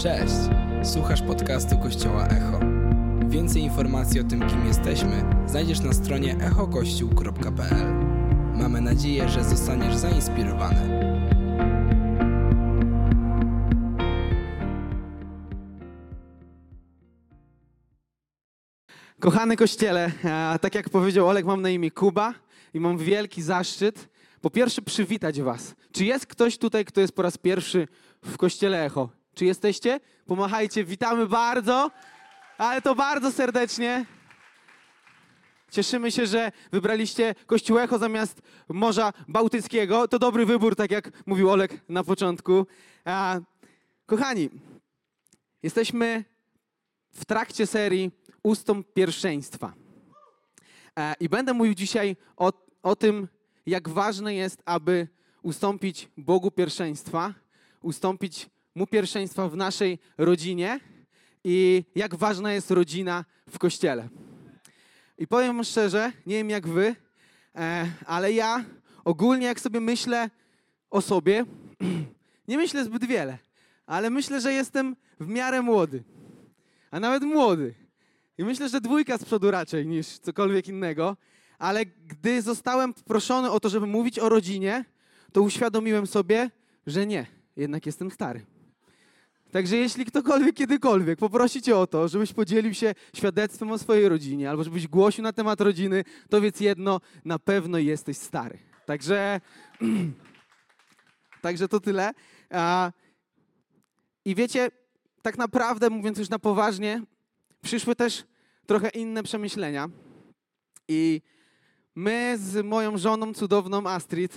Cześć! Słuchasz podcastu Kościoła Echo. Więcej informacji o tym, kim jesteśmy, znajdziesz na stronie echokościół.pl. Mamy nadzieję, że zostaniesz zainspirowany. Kochany Kościele, tak jak powiedział Olek, mam na imię Kuba i mam wielki zaszczyt po pierwsze przywitać was. Czy jest ktoś tutaj, kto jest po raz pierwszy w Kościele Echo? Czy jesteście? Pomachajcie, witamy bardzo, ale to bardzo serdecznie. Cieszymy się, że wybraliście Kościół Echo zamiast Morza Bałtyckiego. To dobry wybór, tak jak mówił Olek na początku. Kochani, jesteśmy w trakcie serii Ustąp pierwszeństwa. I będę mówił dzisiaj o tym, jak ważne jest, aby ustąpić Bogu pierwszeństwa, ustąpić Mu pierwszeństwa w naszej rodzinie i jak ważna jest rodzina w Kościele. I powiem wam szczerze, nie wiem jak wy, ale ja ogólnie jak sobie myślę o sobie, nie myślę zbyt wiele, ale myślę, że jestem w miarę młody, a nawet młody. I myślę, że dwójka z przodu raczej niż cokolwiek innego, ale gdy zostałem proszony o to, żeby mówić o rodzinie, to uświadomiłem sobie, że nie, jednak jestem stary. Także jeśli ktokolwiek, kiedykolwiek poprosi cię o to, żebyś podzielił się świadectwem o swojej rodzinie, albo żebyś głosił na temat rodziny, to wiedz jedno, na pewno jesteś stary. Także to tyle. I wiecie, tak naprawdę, mówiąc już na poważnie, przyszły też trochę inne przemyślenia. I my z moją żoną cudowną Astrid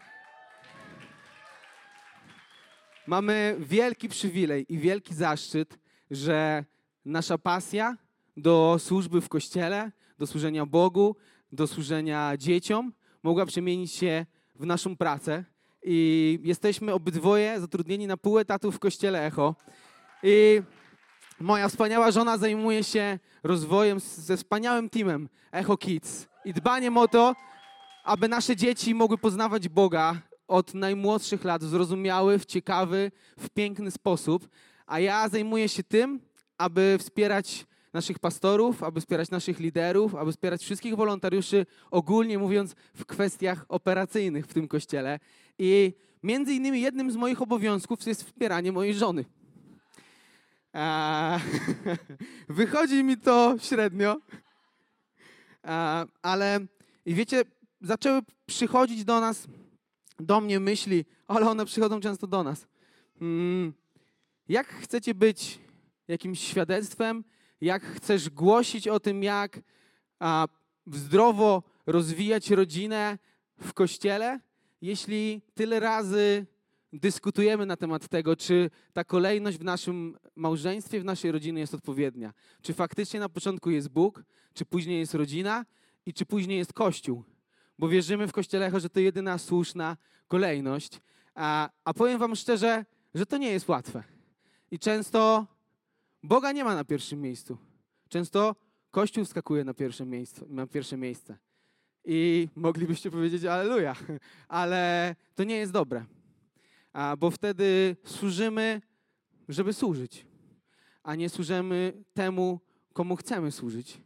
mamy wielki przywilej i wielki zaszczyt, że nasza pasja do służby w Kościele, do służenia Bogu, do służenia dzieciom mogła przemienić się w naszą pracę. I jesteśmy obydwoje zatrudnieni na pół etatu w Kościele Echo. I moja wspaniała żona zajmuje się rozwojem ze wspaniałym teamem Echo Kids i dbaniem o to, aby nasze dzieci mogły poznawać Boga od najmłodszych lat w zrozumiały, w ciekawy, w piękny sposób. A ja zajmuję się tym, aby wspierać naszych pastorów, aby wspierać naszych liderów, aby wspierać wszystkich wolontariuszy, ogólnie mówiąc w kwestiach operacyjnych w tym kościele. I między innymi jednym z moich obowiązków jest wspieranie mojej żony. Wychodzi mi to średnio, ale i wiecie, zaczęły przychodzić do mnie myśli, ale one przychodzą często do nas. Jak chcecie być jakimś świadectwem, jak chcesz głosić o tym, jak zdrowo rozwijać rodzinę w Kościele, jeśli tyle razy dyskutujemy na temat tego, czy ta kolejność w naszym małżeństwie, w naszej rodzinie jest odpowiednia. Czy faktycznie na początku jest Bóg, czy później jest rodzina i czy później jest Kościół. Bo wierzymy w Kościele Echo, że to jedyna słuszna kolejność. A powiem wam szczerze, że to nie jest łatwe. I często Boga nie ma na pierwszym miejscu. Często Kościół wskakuje na pierwsze miejsce. I moglibyście powiedzieć alleluja, ale to nie jest dobre. Bo wtedy służymy, żeby służyć, a nie służymy temu, komu chcemy służyć.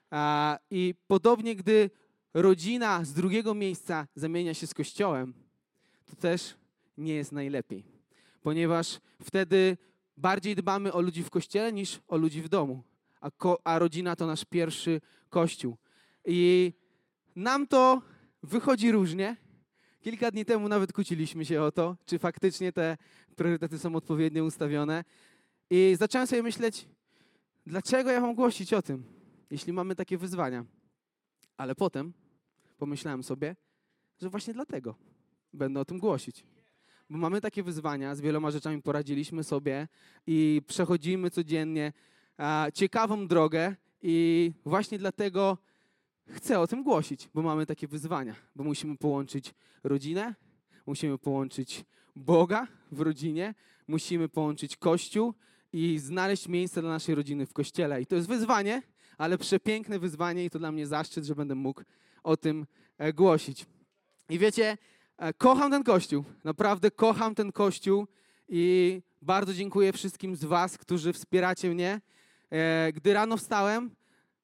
I podobnie, gdy rodzina z drugiego miejsca zamienia się z Kościołem, to też nie jest najlepiej, ponieważ wtedy bardziej dbamy o ludzi w Kościele niż o ludzi w domu, a rodzina to nasz pierwszy Kościół. I nam to wychodzi różnie. Kilka dni temu nawet kłóciliśmy się o to, czy faktycznie te priorytety są odpowiednio ustawione. I zacząłem sobie myśleć, dlaczego ja mam głosić o tym, jeśli mamy takie wyzwania. Ale potem pomyślałem sobie, że właśnie dlatego będę o tym głosić. Bo mamy takie wyzwania, z wieloma rzeczami poradziliśmy sobie i przechodzimy codziennie ciekawą drogę i właśnie dlatego chcę o tym głosić, bo mamy takie wyzwania, bo musimy połączyć rodzinę, musimy połączyć Boga w rodzinie, musimy połączyć Kościół i znaleźć miejsce dla naszej rodziny w Kościele. I to jest wyzwanie, ale przepiękne wyzwanie i to dla mnie zaszczyt, że będę mógł o tym głosić. I wiecie, kocham ten Kościół, naprawdę kocham ten Kościół I bardzo dziękuję wszystkim z was, którzy wspieracie mnie. Gdy rano wstałem,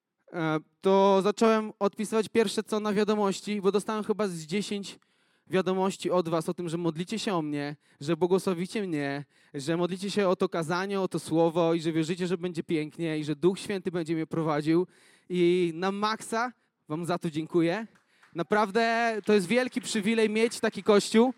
to zacząłem odpisywać pierwsze co na wiadomości, bo dostałem chyba z 10 wiadomości od was o tym, że modlicie się o mnie, że błogosławicie mnie, że modlicie się o to kazanie, o to słowo i że wierzycie, że będzie pięknie i że Duch Święty będzie mnie prowadził. I na maksa wam za to dziękuję. Naprawdę to jest wielki przywilej mieć taki kościół.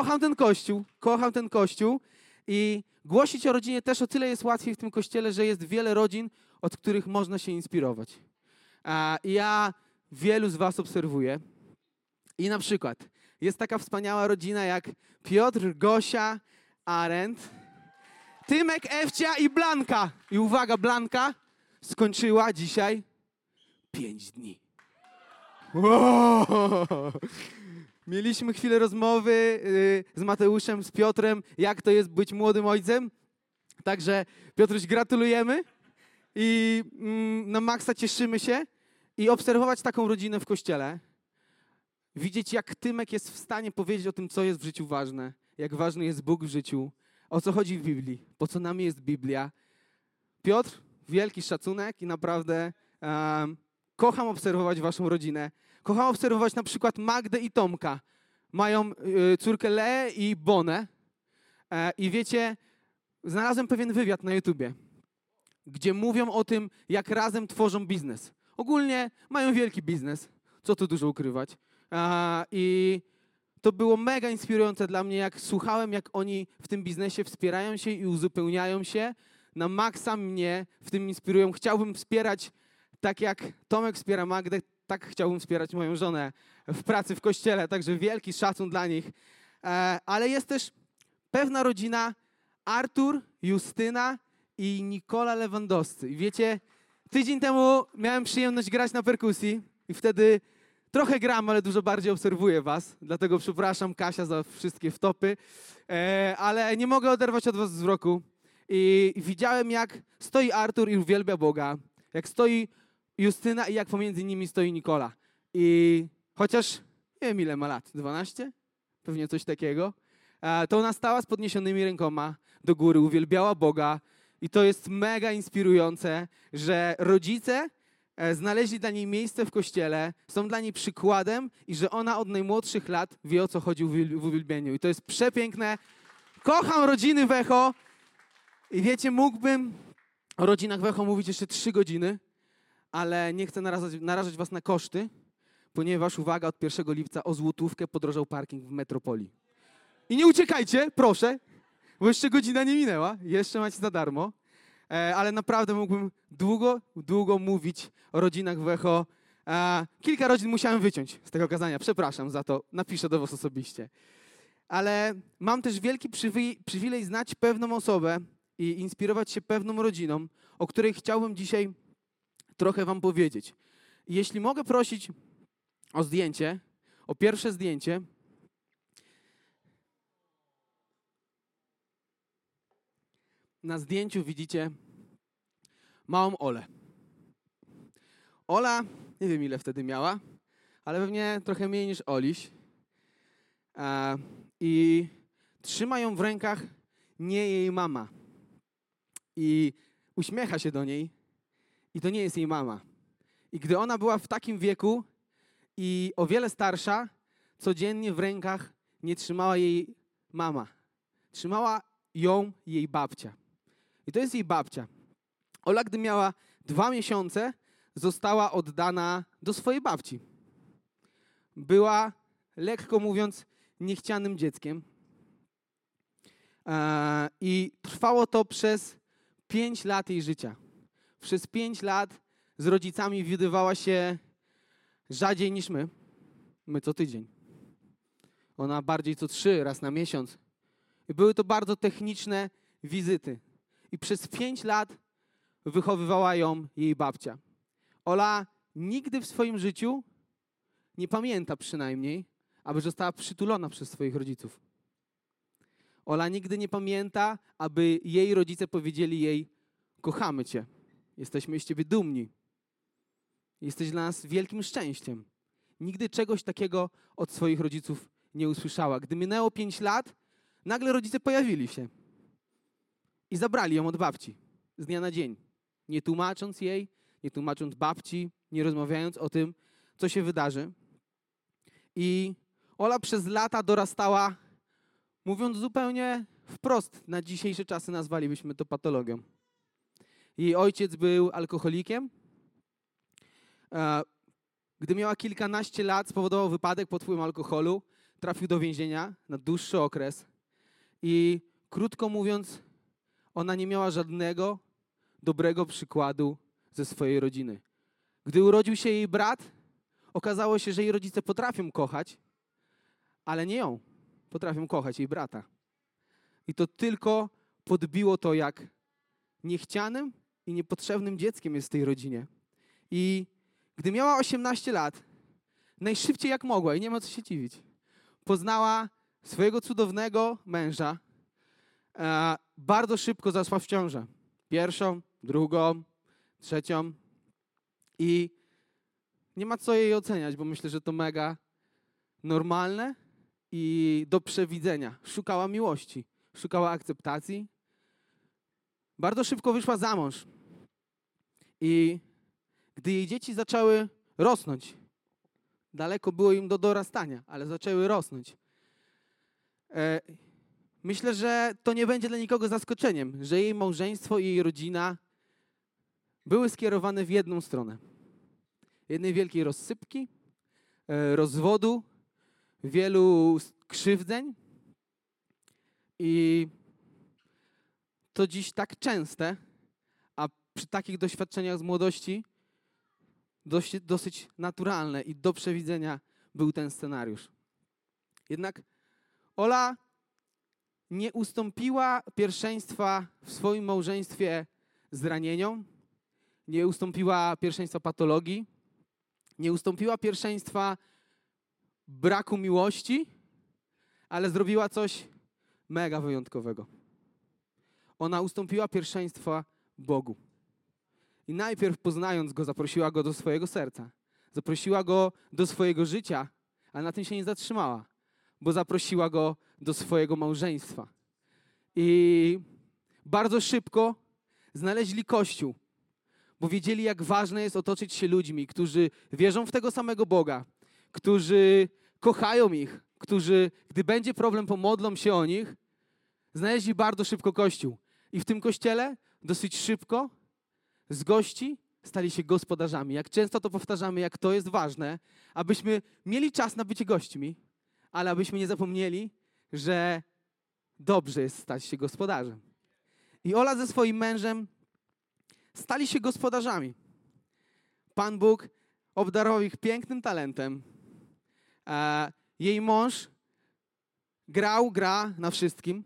Kocham ten kościół i głosić o rodzinie też o tyle jest łatwiej w tym kościele, że jest wiele rodzin, od których można się inspirować. I ja wielu z was obserwuję i na przykład jest taka wspaniała rodzina jak Piotr, Gosia, Arendt, Tymek, Ewcia i Blanka. I uwaga, Blanka skończyła dzisiaj 5 dni. Wow. Mieliśmy chwilę rozmowy z Mateuszem, z Piotrem, jak to jest być młodym ojcem. Także Piotruś, gratulujemy i na maksa cieszymy się i obserwować taką rodzinę w kościele. Widzieć, jak Tymek jest w stanie powiedzieć o tym, co jest w życiu ważne, jak ważny jest Bóg w życiu, o co chodzi w Biblii, po co nam jest Biblia. Piotr, wielki szacunek i naprawdę kocham obserwować waszą rodzinę. Kocham obserwować na przykład Magdę i Tomka. Mają córkę Leę i Bonę. I wiecie, znalazłem pewien wywiad na YouTubie, gdzie mówią o tym, jak razem tworzą biznes. Ogólnie mają wielki biznes, co tu dużo ukrywać. I to było mega inspirujące dla mnie, jak słuchałem, jak oni w tym biznesie wspierają się i uzupełniają się. Na maksa mnie w tym inspirują. Chciałbym wspierać, tak jak Tomek wspiera Magdę, tak chciałbym wspierać moją żonę w pracy w kościele. Także wielki szacun dla nich. Ale jest też pewna rodzina, Artur, Justyna i Nikola Lewandowscy. I wiecie, tydzień temu miałem przyjemność grać na perkusji i wtedy trochę gram, ale dużo bardziej obserwuję was. Dlatego przepraszam, Kasia, za wszystkie wtopy. Ale nie mogę oderwać od was wzroku. I widziałem, jak stoi Artur i uwielbia Boga. Jak stoi Justyna i jak pomiędzy nimi stoi Nikola. I chociaż nie wiem, ile ma lat, 12? Pewnie coś takiego. To ona stała z podniesionymi rękoma do góry, uwielbiała Boga. I to jest mega inspirujące, że rodzice znaleźli dla niej miejsce w kościele, są dla niej przykładem i że ona od najmłodszych lat wie, o co chodzi w uwielbieniu. I to jest przepiękne. Kocham rodziny w Echo. I wiecie, mógłbym o rodzinach w Echo mówić jeszcze 3 godziny, ale nie chcę narażać was na koszty, ponieważ, uwaga, od 1 lipca o złotówkę podrożał parking w Metropolii. I nie uciekajcie, proszę, bo jeszcze godzina nie minęła, jeszcze macie za darmo. Ale naprawdę mógłbym długo mówić o rodzinach w Echo. Kilka rodzin musiałem wyciąć z tego kazania, przepraszam za to, napiszę do was osobiście. Ale mam też wielki przywilej znać pewną osobę i inspirować się pewną rodziną, o której chciałbym dzisiaj trochę wam powiedzieć. I jeśli mogę prosić o zdjęcie, o pierwsze zdjęcie. Na zdjęciu widzicie małą Olę. Ola, nie wiem ile wtedy miała, ale pewnie trochę mniej niż Oliś. I trzyma ją w rękach nie jej mama. I uśmiecha się do niej i to nie jest jej mama. I gdy ona była w takim wieku i o wiele starsza, codziennie w rękach nie trzymała jej mama. Trzymała ją jej babcia. I to jest jej babcia. Ola, gdy miała 2 miesiące, została oddana do swojej babci. Była, lekko mówiąc, niechcianym dzieckiem. I trwało to przez 5 lat jej życia. Przez 5 lat z rodzicami widywała się rzadziej niż my. My co tydzień. Ona bardziej co 3, raz na miesiąc. I były to bardzo techniczne wizyty. I przez 5 lat wychowywała ją jej babcia. Ola nigdy w swoim życiu nie pamięta przynajmniej, aby została przytulona przez swoich rodziców. Ola nigdy nie pamięta, aby jej rodzice powiedzieli jej: kochamy cię, jesteśmy z ciebie dumni, jesteś dla nas wielkim szczęściem. Nigdy czegoś takiego od swoich rodziców nie usłyszała. Gdy minęło 5 lat, nagle rodzice pojawili się. I zabrali ją od babci z dnia na dzień, nie tłumacząc jej, nie tłumacząc babci, nie rozmawiając o tym, co się wydarzy. I Ola przez lata dorastała, mówiąc zupełnie wprost, na dzisiejsze czasy nazwalibyśmy to patologią. Jej ojciec był alkoholikiem. Gdy miała kilkanaście lat, spowodował wypadek pod wpływem alkoholu, trafił do więzienia na dłuższy okres i krótko mówiąc, ona nie miała żadnego dobrego przykładu ze swojej rodziny. Gdy urodził się jej brat, okazało się, że jej rodzice potrafią kochać, ale nie ją. Potrafią kochać jej brata. I to tylko podbiło to, jak niechcianym i niepotrzebnym dzieckiem jest w tej rodzinie. I gdy miała 18 lat, najszybciej jak mogła, i nie ma co się dziwić, poznała swojego cudownego męża. Bardzo szybko zaszła w ciążę. Pierwszą, drugą, trzecią. I nie ma co jej oceniać, bo myślę, że to mega normalne i do przewidzenia. Szukała miłości, szukała akceptacji. Bardzo szybko wyszła za mąż. I gdy jej dzieci zaczęły rosnąć, daleko było im do dorastania, ale zaczęły rosnąć. Myślę, że to nie będzie dla nikogo zaskoczeniem, że jej małżeństwo i jej rodzina były skierowane w jedną stronę. Jednej wielkiej rozsypki, rozwodu, wielu krzywdzeń. I to dziś tak częste, a przy takich doświadczeniach z młodości dosyć naturalne i do przewidzenia był ten scenariusz. Jednak Ola nie ustąpiła pierwszeństwa w swoim małżeństwie zranieniom, nie ustąpiła pierwszeństwa patologii, nie ustąpiła pierwszeństwa braku miłości, ale zrobiła coś mega wyjątkowego. Ona ustąpiła pierwszeństwa Bogu. I najpierw poznając Go, zaprosiła Go do swojego serca. Zaprosiła Go do swojego życia, ale na tym się nie zatrzymała, bo zaprosiła Go do swojego małżeństwa. I bardzo szybko znaleźli Kościół, bo wiedzieli, jak ważne jest otoczyć się ludźmi, którzy wierzą w tego samego Boga, którzy kochają ich, którzy, gdy będzie problem, pomodlą się o nich. Znaleźli bardzo szybko Kościół. I w tym Kościele dosyć szybko z gości stali się gospodarzami. Jak często to powtarzamy, jak to jest ważne, abyśmy mieli czas na bycie gośćmi, ale abyśmy nie zapomnieli, że dobrze jest stać się gospodarzem. I Ola ze swoim mężem stali się gospodarzami. Pan Bóg obdarował ich pięknym talentem. Jej mąż gra na wszystkim,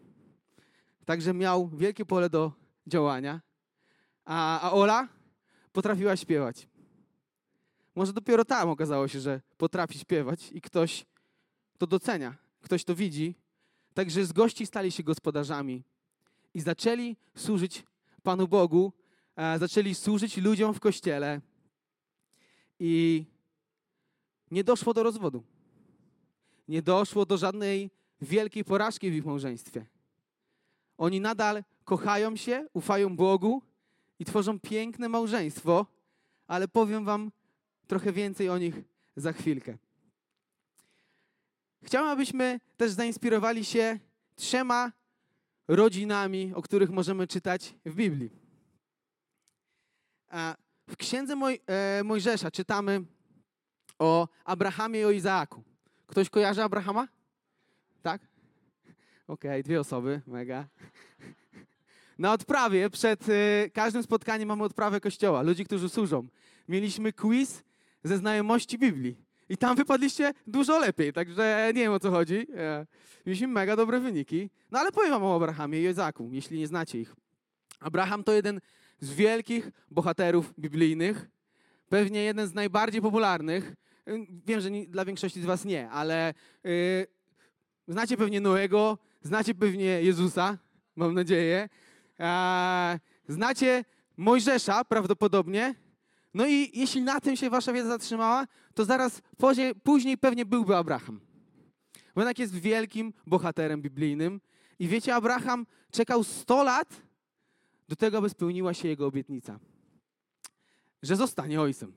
także miał wielkie pole do działania. A Ola potrafiła śpiewać. Może dopiero tam okazało się, że potrafi śpiewać i ktoś to docenia, ktoś to widzi. Także z gości stali się gospodarzami i zaczęli służyć Panu Bogu, zaczęli służyć ludziom w Kościele i nie doszło do rozwodu. Nie doszło do żadnej wielkiej porażki w ich małżeństwie. Oni nadal kochają się, ufają Bogu i tworzą piękne małżeństwo, ale powiem wam trochę więcej o nich za chwilkę. Chciałbym, abyśmy też zainspirowali się 3 rodzinami, o których możemy czytać w Biblii. W Księdze Mojżesza czytamy o Abrahamie i o Izaaku. Ktoś kojarzy Abrahama? Tak? Okej, 2 osoby, mega. Na odprawie, przed każdym spotkaniem mamy odprawę kościoła, ludzi, którzy służą. Mieliśmy quiz ze znajomości Biblii. I tam wypadliście dużo lepiej, także nie wiem, o co chodzi. Mieliśmy mega dobre wyniki. No ale powiem wam o Abrahamie i Izaaku, jeśli nie znacie ich. Abraham to jeden z wielkich bohaterów biblijnych. Pewnie jeden z najbardziej popularnych. Wiem, że dla większości z was nie, ale znacie pewnie Noego, znacie pewnie Jezusa, mam nadzieję. Znacie Mojżesza prawdopodobnie. No i jeśli na tym się wasza wiedza zatrzymała, to zaraz później pewnie byłby Abraham. Bo jednak jest wielkim bohaterem biblijnym I wiecie, Abraham czekał 100 lat do tego, by spełniła się jego obietnica, że zostanie ojcem.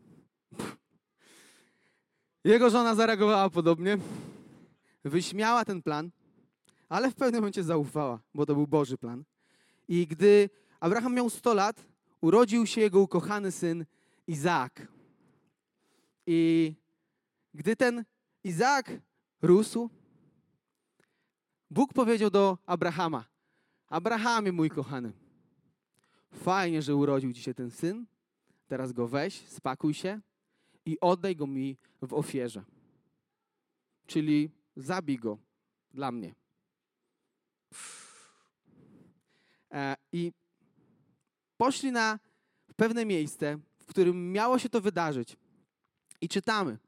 Jego żona zareagowała podobnie, wyśmiała ten plan, ale w pewnym momencie zaufała, bo to był Boży plan. I gdy Abraham miał 100 lat, urodził się jego ukochany syn Izaak. I gdy ten Izaak rósł, Bóg powiedział do Abrahama: Abrahamie, mój kochany, fajnie, że urodził ci się ten syn, teraz go weź, spakuj się i oddaj go mi w ofierze. Czyli zabij go dla mnie. I poszli na pewne miejsce, w którym miało się to wydarzyć. I czytamy.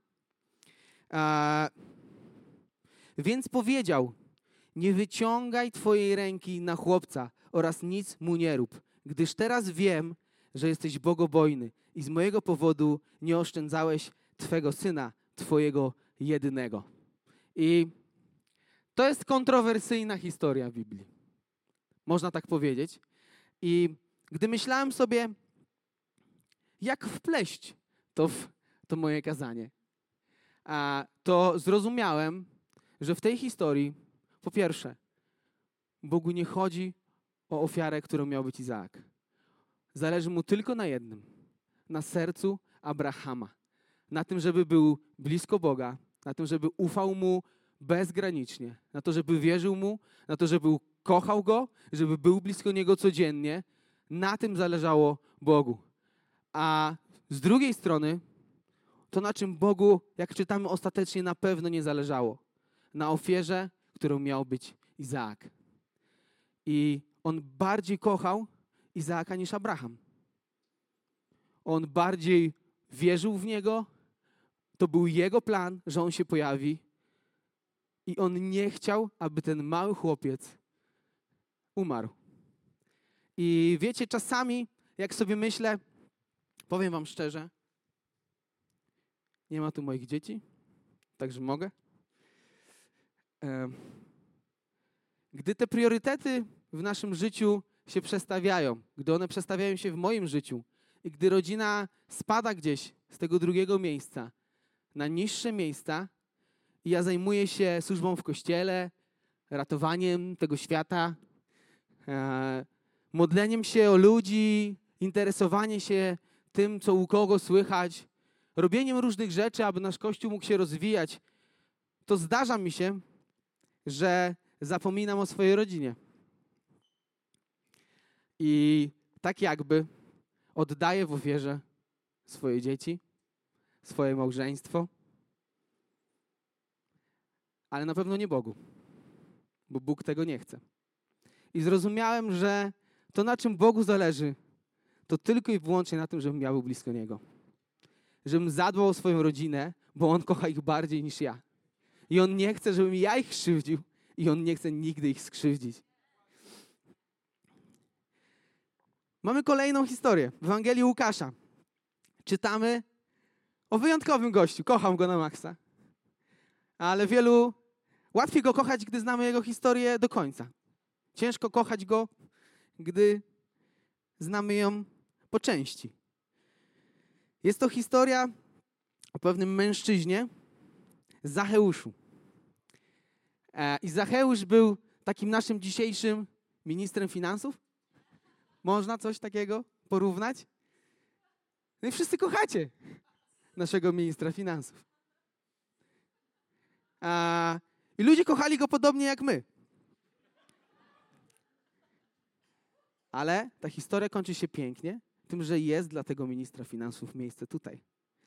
Więc powiedział: nie wyciągaj twojej ręki na chłopca oraz nic mu nie rób, gdyż teraz wiem, że jesteś bogobojny i z mojego powodu nie oszczędzałeś twego syna, twojego jedynego. I to jest kontrowersyjna historia w Biblii. Można tak powiedzieć. I gdy myślałem sobie, jak wpleść to w to moje kazanie, to zrozumiałem, że w tej historii, po pierwsze, Bogu nie chodzi o ofiarę, którą miał być Izaak. Zależy mu tylko na jednym, na sercu Abrahama. Na tym, żeby był blisko Boga, na tym, żeby ufał Mu bezgranicznie, na to, żeby wierzył Mu, na to, żeby kochał Go, żeby był blisko Niego codziennie. Na tym zależało Bogu. A z drugiej strony, to na czym Bogu, jak czytamy, ostatecznie na pewno nie zależało. Na ofierze, którą miał być Izaak. I on bardziej kochał Izaaka niż Abraham. On bardziej wierzył w Niego. To był Jego plan, że on się pojawi. I on nie chciał, aby ten mały chłopiec umarł. I wiecie, czasami, jak sobie myślę, powiem wam szczerze, nie ma tu moich dzieci, także mogę. Gdy te priorytety w naszym życiu się przestawiają, gdy one przestawiają się w moim życiu i gdy rodzina spada gdzieś z tego drugiego miejsca na niższe miejsca i ja zajmuję się służbą w kościele, ratowaniem tego świata, modleniem się o ludzi, interesowanie się tym, co u kogo słychać, robieniem różnych rzeczy, aby nasz Kościół mógł się rozwijać, to zdarza mi się, że zapominam o swojej rodzinie. I tak jakby oddaję w ofierze swoje dzieci, swoje małżeństwo, ale na pewno nie Bogu, bo Bóg tego nie chce. I zrozumiałem, że to, na czym Bogu zależy, to tylko i wyłącznie na tym, żebym ja był blisko Niego. Żebym zadbał o swoją rodzinę, bo On kocha ich bardziej niż ja. I On nie chce, żebym ja ich krzywdził i On nie chce nigdy ich skrzywdzić. Mamy kolejną historię. W Ewangelii Łukasza czytamy o wyjątkowym gościu. Kocham go na maksa. Ale łatwiej go kochać, gdy znamy jego historię do końca. Ciężko kochać go, gdy znamy ją po części. Jest to historia o pewnym mężczyźnie, Zacheuszu. I Zacheusz był takim naszym dzisiejszym ministrem finansów. Można coś takiego porównać? No i wszyscy kochacie naszego ministra finansów. I ludzie kochali go podobnie jak my. Ale ta historia kończy się pięknie tym, że jest dla tego ministra finansów miejsce tutaj.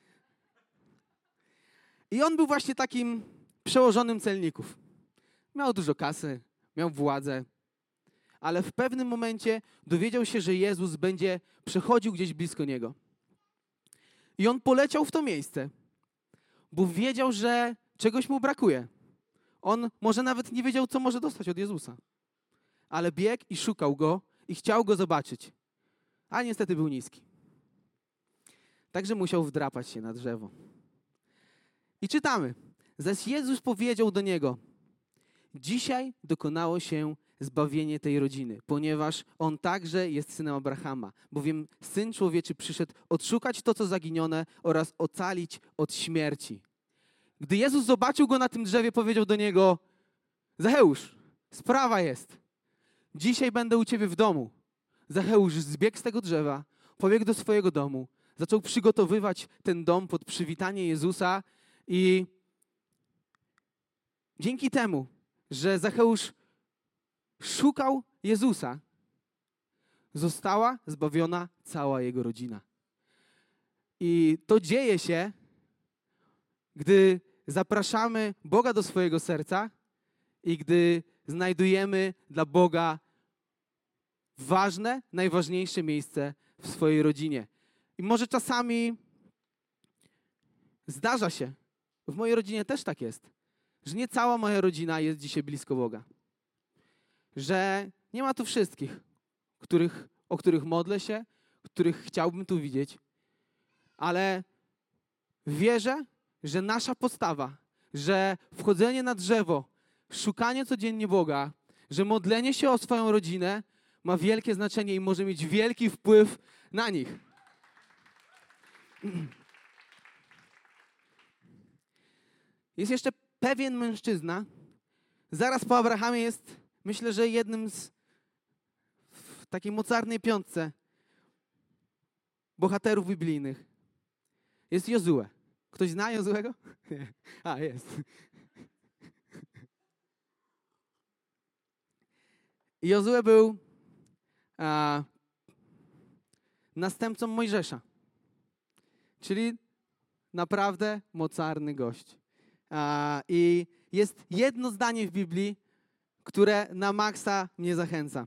I on był właśnie takim przełożonym celników. Miał dużo kasy, miał władzę, ale w pewnym momencie dowiedział się, że Jezus będzie przechodził gdzieś blisko niego. I on poleciał w to miejsce, bo wiedział, że czegoś mu brakuje. On może nawet nie wiedział, co może dostać od Jezusa. Ale biegł i szukał go i chciał go zobaczyć. A niestety był niski. Także musiał wdrapać się na drzewo. I czytamy. Zaś Jezus powiedział do niego: dzisiaj dokonało się zbawienie tej rodziny, ponieważ on także jest synem Abrahama, bowiem Syn Człowieczy przyszedł odszukać to, co zaginione oraz ocalić od śmierci. Gdy Jezus zobaczył go na tym drzewie, powiedział do niego: Zacheusz, sprawa jest. Dzisiaj będę u ciebie w domu. Zacheusz zbiegł z tego drzewa, pobiegł do swojego domu, zaczął przygotowywać ten dom pod przywitanie Jezusa i dzięki temu, że Zacheusz szukał Jezusa, została zbawiona cała jego rodzina. I to dzieje się, gdy zapraszamy Boga do swojego serca i gdy znajdujemy dla Boga ważne, najważniejsze miejsce w swojej rodzinie. I może czasami zdarza się, w mojej rodzinie też tak jest, że nie cała moja rodzina jest dzisiaj blisko Boga. Że nie ma tu wszystkich, o których modlę się, których chciałbym tu widzieć, ale wierzę, że nasza postawa, że wchodzenie na drzewo, szukanie codziennie Boga, że modlenie się o swoją rodzinę ma wielkie znaczenie i może mieć wielki wpływ na nich. Jest jeszcze pewien mężczyzna, zaraz po Abrahamie jest, myślę, że jednym w takiej mocarnej piątce bohaterów biblijnych. Jest Jozue. Ktoś zna Jozuego? Nie. A, jest. Jozue był następcą Mojżesza, czyli naprawdę mocarny gość. I jest jedno zdanie w Biblii, które na maksa mnie zachęca.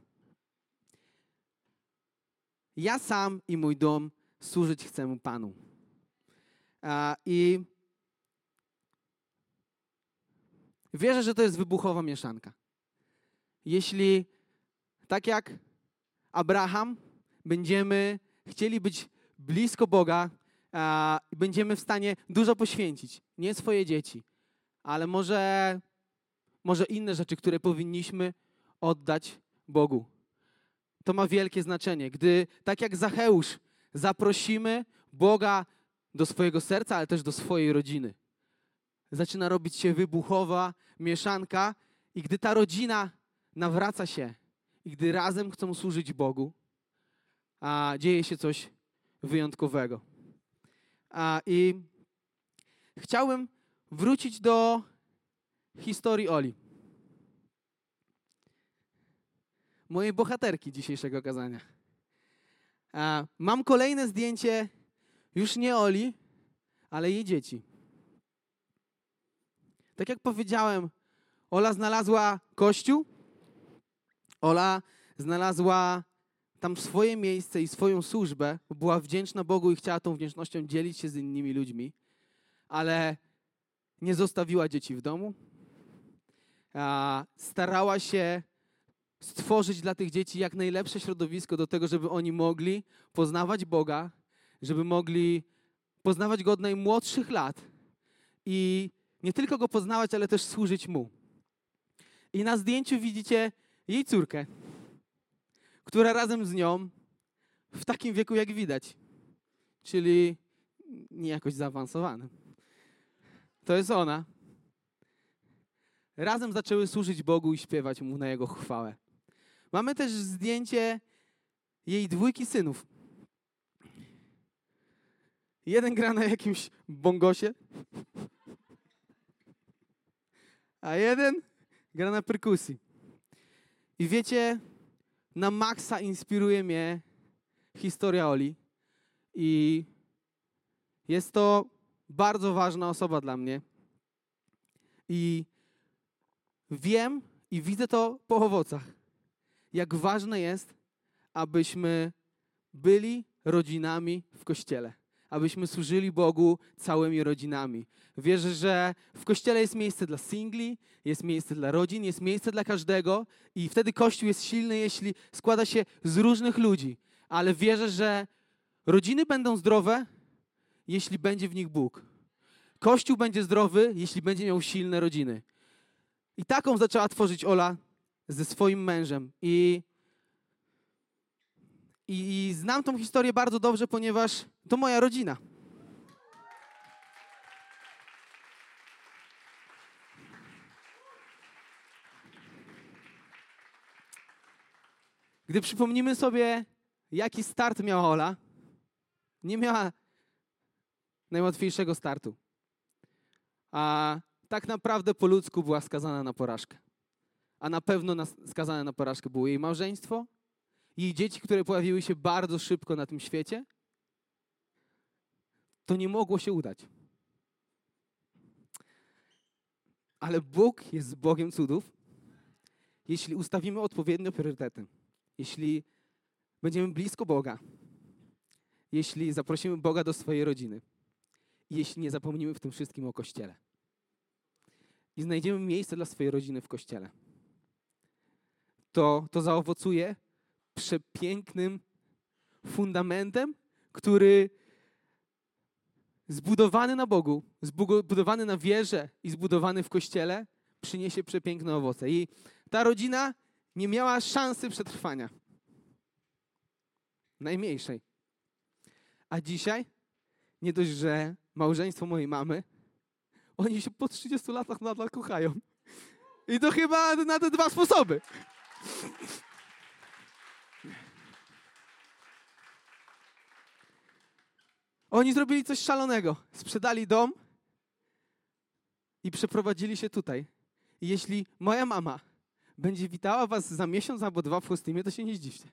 Ja sam i mój dom służyć chcemy Panu. I wierzę, że to jest wybuchowa mieszanka. Jeśli tak jak Abraham będziemy chcieli być blisko Boga, będziemy w stanie dużo poświęcić. Nie swoje dzieci, ale może inne rzeczy, które powinniśmy oddać Bogu. To ma wielkie znaczenie. Gdy, tak jak Zacheusz, zaprosimy Boga do swojego serca, ale też do swojej rodziny. Zaczyna robić się wybuchowa mieszanka i gdy ta rodzina nawraca się i gdy razem chcą służyć Bogu, dzieje się coś wyjątkowego. I chciałbym wrócić do historii Oli. Mojej bohaterki dzisiejszego kazania. Mam kolejne zdjęcie już nie Oli, ale jej dzieci. Tak jak powiedziałem, Ola znalazła Kościół, Ola znalazła tam swoje miejsce i swoją służbę, była wdzięczna Bogu i chciała tą wdzięcznością dzielić się z innymi ludźmi, ale nie zostawiła dzieci w domu. Starała się stworzyć dla tych dzieci jak najlepsze środowisko do tego, żeby oni mogli poznawać Boga, żeby mogli poznawać Go od najmłodszych lat i nie tylko Go poznawać, ale też służyć Mu. I na zdjęciu widzicie jej córkę, która razem z nią w takim wieku jak widać, czyli nie jakoś zaawansowanym. To jest ona. Razem zaczęły służyć Bogu i śpiewać Mu na Jego chwałę. Mamy też zdjęcie jej 2 synów. Jeden gra na jakimś bongosie, a jeden gra na perkusji. I wiecie, na maksa inspiruje mnie historia Oli. I jest to bardzo ważna osoba dla mnie. I wiem i widzę to po owocach, jak ważne jest, abyśmy byli rodzinami w Kościele. Abyśmy służyli Bogu całymi rodzinami. Wierzę, że w Kościele jest miejsce dla singli, jest miejsce dla rodzin, jest miejsce dla każdego i wtedy Kościół jest silny, jeśli składa się z różnych ludzi. Ale wierzę, że rodziny będą zdrowe, jeśli będzie w nich Bóg. Kościół będzie zdrowy, jeśli będzie miał silne rodziny. I taką zaczęła tworzyć Ola ze swoim mężem. I znam tą historię bardzo dobrze, ponieważ to moja rodzina. Gdy przypomnimy sobie, jaki start miała Ola, nie miała najłatwiejszego startu. A tak naprawdę po ludzku była skazana na porażkę. A na pewno skazane na porażkę było jej małżeństwo, jej dzieci, które pojawiły się bardzo szybko na tym świecie. To nie mogło się udać. Ale Bóg jest Bogiem cudów, jeśli ustawimy odpowiednio priorytety. Jeśli będziemy blisko Boga, jeśli zaprosimy Boga do swojej rodziny, jeśli nie zapomnimy w tym wszystkim o Kościele i znajdziemy miejsce dla swojej rodziny w Kościele, to zaowocuje przepięknym fundamentem, który zbudowany na Bogu, zbudowany na wierze i zbudowany w Kościele przyniesie przepiękne owoce. I ta rodzina nie miała szansy przetrwania. Najmniejszej. A dzisiaj, nie dość, że małżeństwo mojej mamy, oni się po 30 latach nadal kochają. I to chyba na te dwa sposoby. Oni zrobili coś szalonego. Sprzedali dom i przeprowadzili się tutaj. I jeśli moja mama będzie witała was za miesiąc albo 2 w Chostymie, to się nie zdziwcie.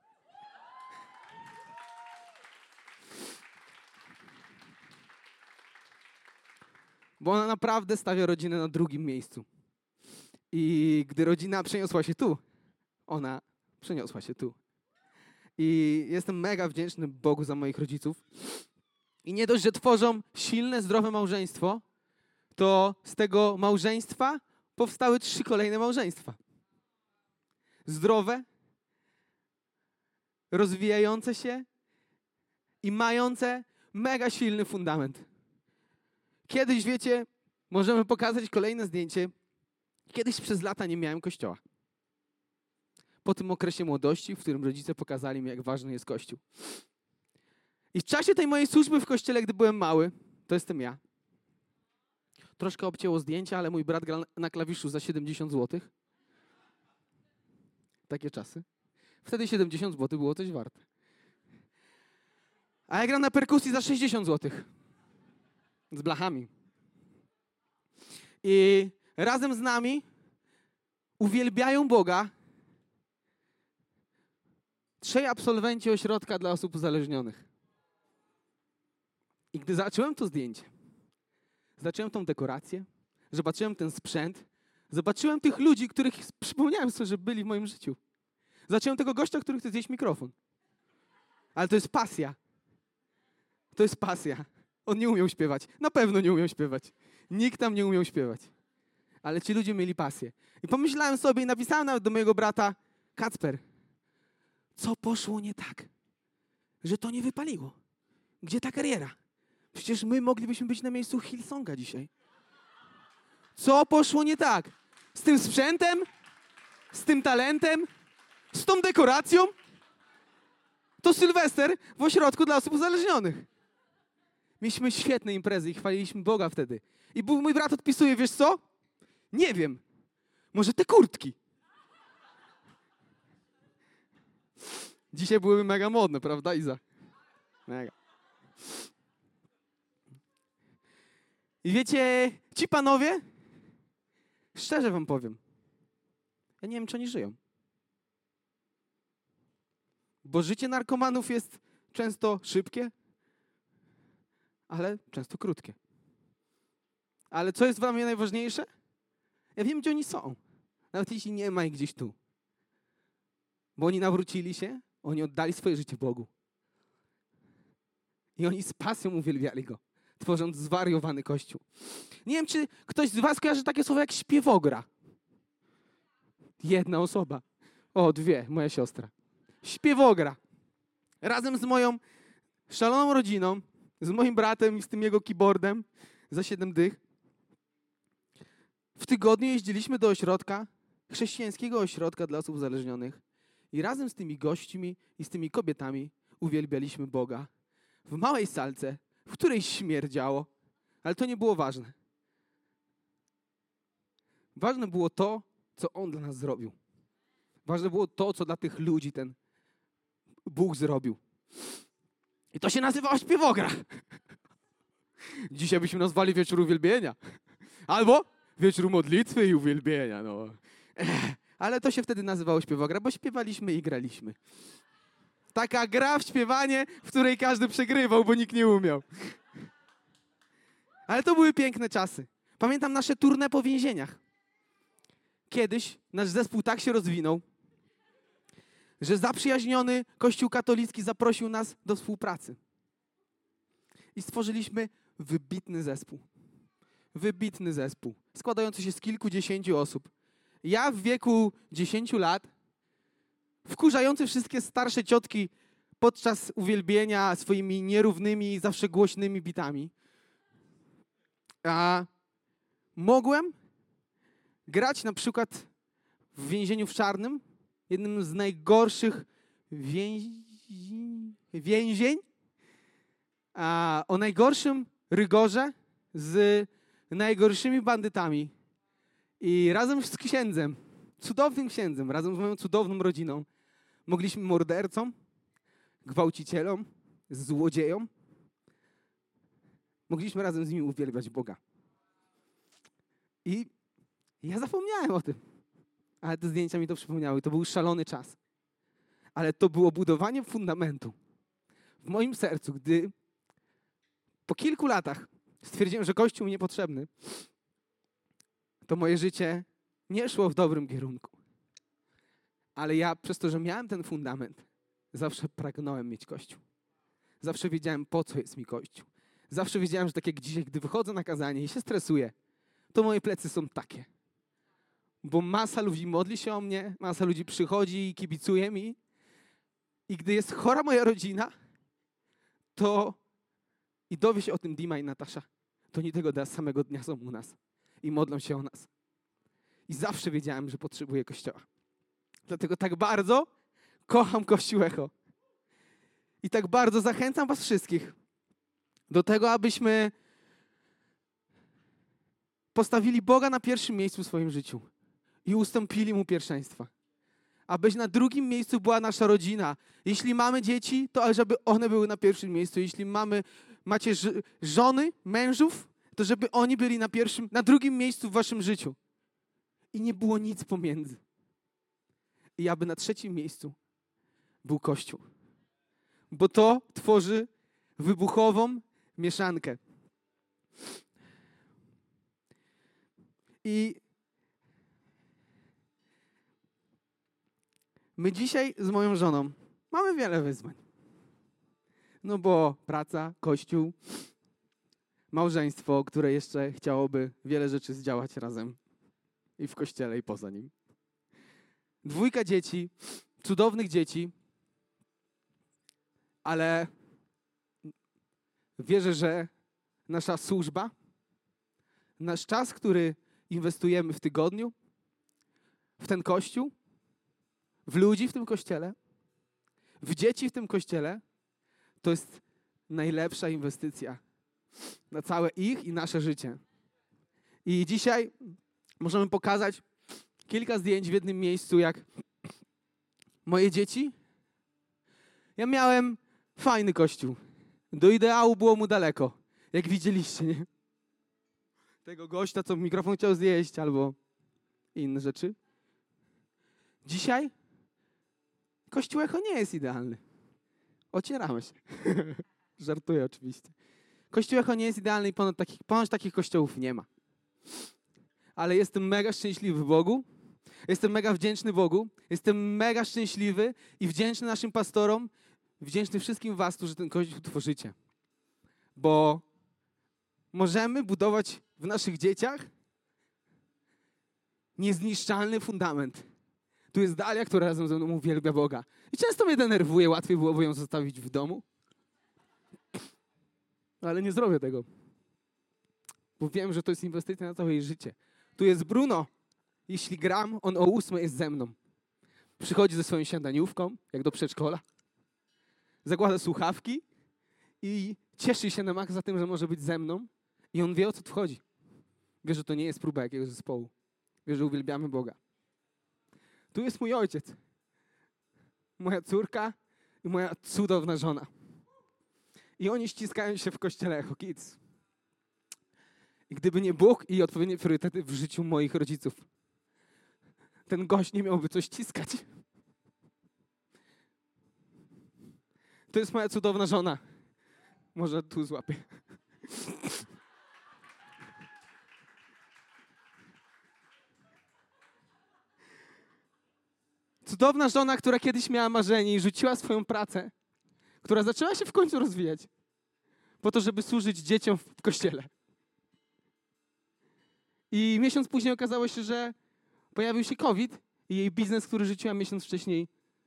Bo ona naprawdę stawia rodzinę na drugim miejscu. I gdy rodzina przeniosła się tu, ona przeniosła się tu. I jestem mega wdzięczny Bogu za moich rodziców. I nie dość, że tworzą silne, zdrowe małżeństwo, to z tego małżeństwa powstały 3 kolejne małżeństwa. Zdrowe, rozwijające się i mające mega silny fundament. Kiedyś, wiecie, możemy pokazać kolejne zdjęcie. Kiedyś przez lata nie miałem kościoła. Po tym okresie młodości, w którym rodzice pokazali mi, jak ważny jest Kościół. I w czasie tej mojej służby w kościele, gdy byłem mały, to jestem ja. Troszkę obcięło zdjęcia, ale mój brat grał na klawiszu za 70 zł. Takie czasy. Wtedy 70 zł było coś warte. A ja gram na perkusji za 60 zł. Z blachami. I razem z nami uwielbiają Boga 3 absolwenci ośrodka dla osób uzależnionych. I gdy zobaczyłem to zdjęcie, zobaczyłem tą dekorację, zobaczyłem ten sprzęt, zobaczyłem tych ludzi, których przypomniałem sobie, że byli w moim życiu. Zobaczyłem tego gościa, który chce zjeść mikrofon. Ale to jest pasja. To jest pasja. On nie umiał śpiewać. Na pewno nie umiał śpiewać. Nikt tam nie umiał śpiewać. Ale ci ludzie mieli pasję. I pomyślałem sobie i napisałem nawet do mojego brata, Kacper, co poszło nie tak, że to nie wypaliło? Gdzie ta kariera? Przecież my moglibyśmy być na miejscu Hillsonga dzisiaj. Co poszło nie tak? Z tym sprzętem? Z tym talentem? Z tą dekoracją? To Sylwester w ośrodku dla osób uzależnionych. Mieliśmy świetne imprezy i chwaliliśmy Boga wtedy. I mój brat odpisuje, wiesz co? Nie wiem. Może te kurtki. Dzisiaj byłyby mega modne, prawda, Iza? Mega. I wiecie, ci panowie, szczerze wam powiem, ja nie wiem, czy oni żyją. Bo życie narkomanów jest często szybkie, ale często krótkie. Ale co jest dla mnie najważniejsze? Ja wiem, gdzie oni są. Nawet jeśli nie ma ich gdzieś tu. Bo oni nawrócili się, oni oddali swoje życie Bogu. I oni z pasją uwielbiali Go, tworząc zwariowany Kościół. Nie wiem, czy ktoś z was kojarzy takie słowo jak śpiewogra. Jedna osoba. O, 2, moja siostra. Śpiewogra. Razem z moją szaloną rodziną, z moim bratem i z tym jego keyboardem za 7 dych. W tygodniu jeździliśmy do ośrodka, chrześcijańskiego ośrodka dla osób uzależnionych i razem z tymi gośćmi i z tymi kobietami uwielbialiśmy Boga w małej salce, w której śmierdziało, ale to nie było ważne. Ważne było to, co On dla nas zrobił. Ważne było to, co dla tych ludzi ten Bóg zrobił. I to się nazywa śpiewogra. Dzisiaj byśmy nazwali wieczór uwielbienia. Albo wieczór modlitwy i uwielbienia. No. Ale to się wtedy nazywało śpiewogra, bo śpiewaliśmy i graliśmy. Taka gra w śpiewanie, w której każdy przegrywał, bo nikt nie umiał. Ale to były piękne czasy. Pamiętam nasze tournée po więzieniach. Kiedyś nasz zespół tak się rozwinął, że zaprzyjaźniony Kościół katolicki zaprosił nas do współpracy. I stworzyliśmy wybitny zespół. Wybitny zespół, składający się z kilkudziesięciu osób. Ja w wieku 10 lat, wkurzający wszystkie starsze ciotki podczas uwielbienia swoimi nierównymi, zawsze głośnymi bitami. A mogłem grać na przykład w więzieniu w Czarnym, jednym z najgorszych więzień, o najgorszym rygorze z najgorszymi bandytami. I razem z księdzem, cudownym księdzem, razem z moją cudowną rodziną, mogliśmy mordercom, gwałcicielom, złodziejom, mogliśmy razem z nimi uwielbiać Boga. I ja zapomniałem o tym. Ale te zdjęcia mi to przypomniały. To był szalony czas. Ale to było budowanie fundamentu w moim sercu, gdy po kilku latach stwierdziłem, że Kościół mi niepotrzebny, to moje życie nie szło w dobrym kierunku. Ale ja, przez to, że miałem ten fundament, zawsze pragnąłem mieć Kościół. Zawsze wiedziałem, po co jest mi Kościół. Zawsze wiedziałem, że tak jak dzisiaj, gdy wychodzę na kazanie i się stresuję, to moje plecy są takie. Bo masa ludzi modli się o mnie, masa ludzi przychodzi i kibicuje mi. I gdy jest chora moja rodzina, to i dowie się o tym Dima i Natasza, to oni tego samego dnia są u nas i modlą się o nas. I zawsze wiedziałem, że potrzebuję Kościoła. Dlatego tak bardzo kocham Kościół Echo. I tak bardzo zachęcam was wszystkich do tego, abyśmy postawili Boga na pierwszym miejscu w swoim życiu i ustąpili Mu pierwszeństwa. Abyś na drugim miejscu była nasza rodzina. Jeśli mamy dzieci, to żeby one były na pierwszym miejscu. Jeśli macie żony, mężów, to żeby oni byli na drugim miejscu w waszym życiu. I nie było nic pomiędzy. I aby na trzecim miejscu był Kościół. Bo to tworzy wybuchową mieszankę. I my dzisiaj z moją żoną mamy wiele wyzwań. No bo praca, Kościół, małżeństwo, które jeszcze chciałoby wiele rzeczy zdziałać razem. I w Kościele, i poza nim. 2 dzieci, cudownych dzieci, ale wierzę, że nasza służba, nasz czas, który inwestujemy w tygodniu, w ten Kościół, w ludzi w tym Kościele, w dzieci w tym Kościele, to jest najlepsza inwestycja na całe ich i nasze życie. I dzisiaj możemy pokazać kilka zdjęć w jednym miejscu, jak moje dzieci. Ja miałem fajny Kościół. Do ideału było mu daleko, jak widzieliście, nie? Tego gościa, co mikrofon chciał zjeść, albo inne rzeczy. Dzisiaj Kościół Echo nie jest idealny. Ocieramy się. Żartuję oczywiście. Kościół Echo nie jest idealny i ponoć takich kościołów nie ma. Ale jestem mega szczęśliwy Bogu. Jestem mega wdzięczny Bogu. Jestem mega szczęśliwy i wdzięczny naszym pastorom. Wdzięczny wszystkim was, którzy ten Kościół tworzycie. Bo możemy budować w naszych dzieciach niezniszczalny fundament. Tu jest Dalia, która razem ze mną uwielbia Boga. I często mnie denerwuje, łatwiej byłoby ją zostawić w domu. Ale nie zrobię tego. Bo wiem, że to jest inwestycja na całe jej życie. Tu jest Bruno, jeśli gram, on o 8 jest ze mną. Przychodzi ze swoją śniadaniówką, jak do przedszkola. Zakłada słuchawki i cieszy się na maksa tym, że może być ze mną. I on wie, o co tu chodzi. Wie, że to nie jest próba jakiegoś zespołu. Wie, że uwielbiamy Boga. Tu jest mój ojciec, moja córka i moja cudowna żona. I oni ściskają się w kościele Echo Kids. I gdyby nie Bóg i odpowiednie priorytety w życiu moich rodziców, ten gość nie miałby co ściskać. To jest moja cudowna żona. Może tu złapię. Cudowna żona, która kiedyś miała marzenie i rzuciła swoją pracę, która zaczęła się w końcu rozwijać po to, żeby służyć dzieciom w kościele. I miesiąc później okazało się, że pojawił się COVID i jej biznes, który rzuciła miesiąc wcześniej,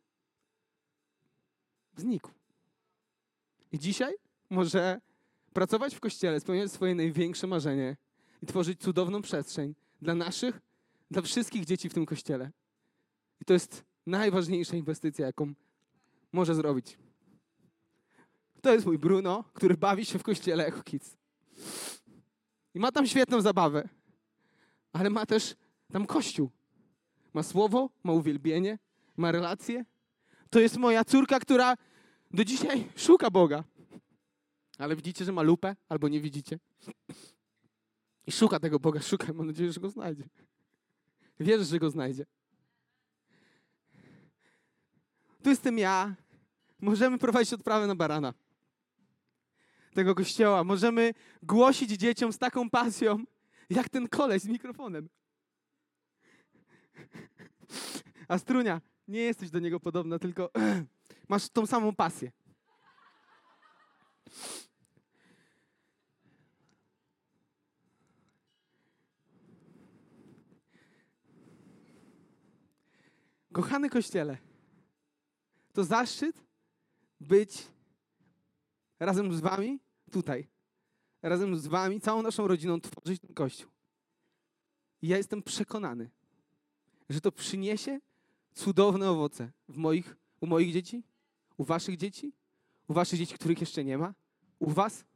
znikł. I dzisiaj może pracować w kościele, spełniać swoje największe marzenie i tworzyć cudowną przestrzeń dla wszystkich dzieci w tym kościele. I to jest najważniejsza inwestycja, jaką może zrobić. To jest mój Bruno, który bawi się w kościele Echo Kids. I ma tam świetną zabawę, ale ma też tam kościół. Ma słowo, ma uwielbienie, ma relacje. To jest moja córka, która do dzisiaj szuka Boga. Ale widzicie, że ma lupę, albo nie widzicie. I szuka tego Boga, szuka. Mam nadzieję, że go znajdzie. Wierzę, że go znajdzie. Tu jestem ja. Możemy prowadzić odprawę na barana tego kościoła. Możemy głosić dzieciom z taką pasją, jak ten koleś z mikrofonem. A Strunia, nie jesteś do niego podobna, tylko masz tą samą pasję. Kochany Kościele, to zaszczyt być razem z wami tutaj. Razem z wami, całą naszą rodziną tworzyć ten Kościół. I ja jestem przekonany, że to przyniesie cudowne owoce u moich dzieci, u waszych dzieci, których jeszcze nie ma, u was.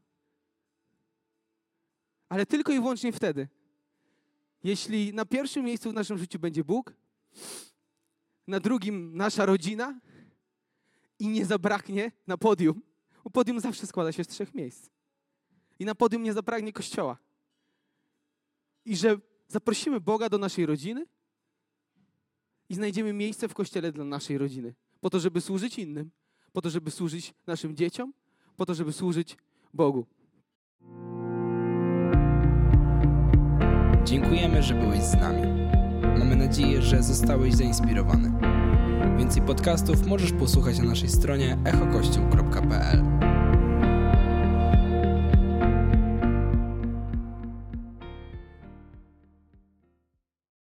Ale tylko i wyłącznie wtedy, jeśli na pierwszym miejscu w naszym życiu będzie Bóg, na drugim nasza rodzina i nie zabraknie na podium, bo podium zawsze składa się z 3 miejsc. I na podium nie zabraknie Kościoła. I że zaprosimy Boga do naszej rodziny i znajdziemy miejsce w Kościele dla naszej rodziny. Po to, żeby służyć innym, po to, żeby służyć naszym dzieciom, po to, żeby służyć Bogu. Dziękujemy, że byłeś z nami. Mamy nadzieję, że zostałeś zainspirowany. Więcej podcastów możesz posłuchać na naszej stronie echokościół.pl.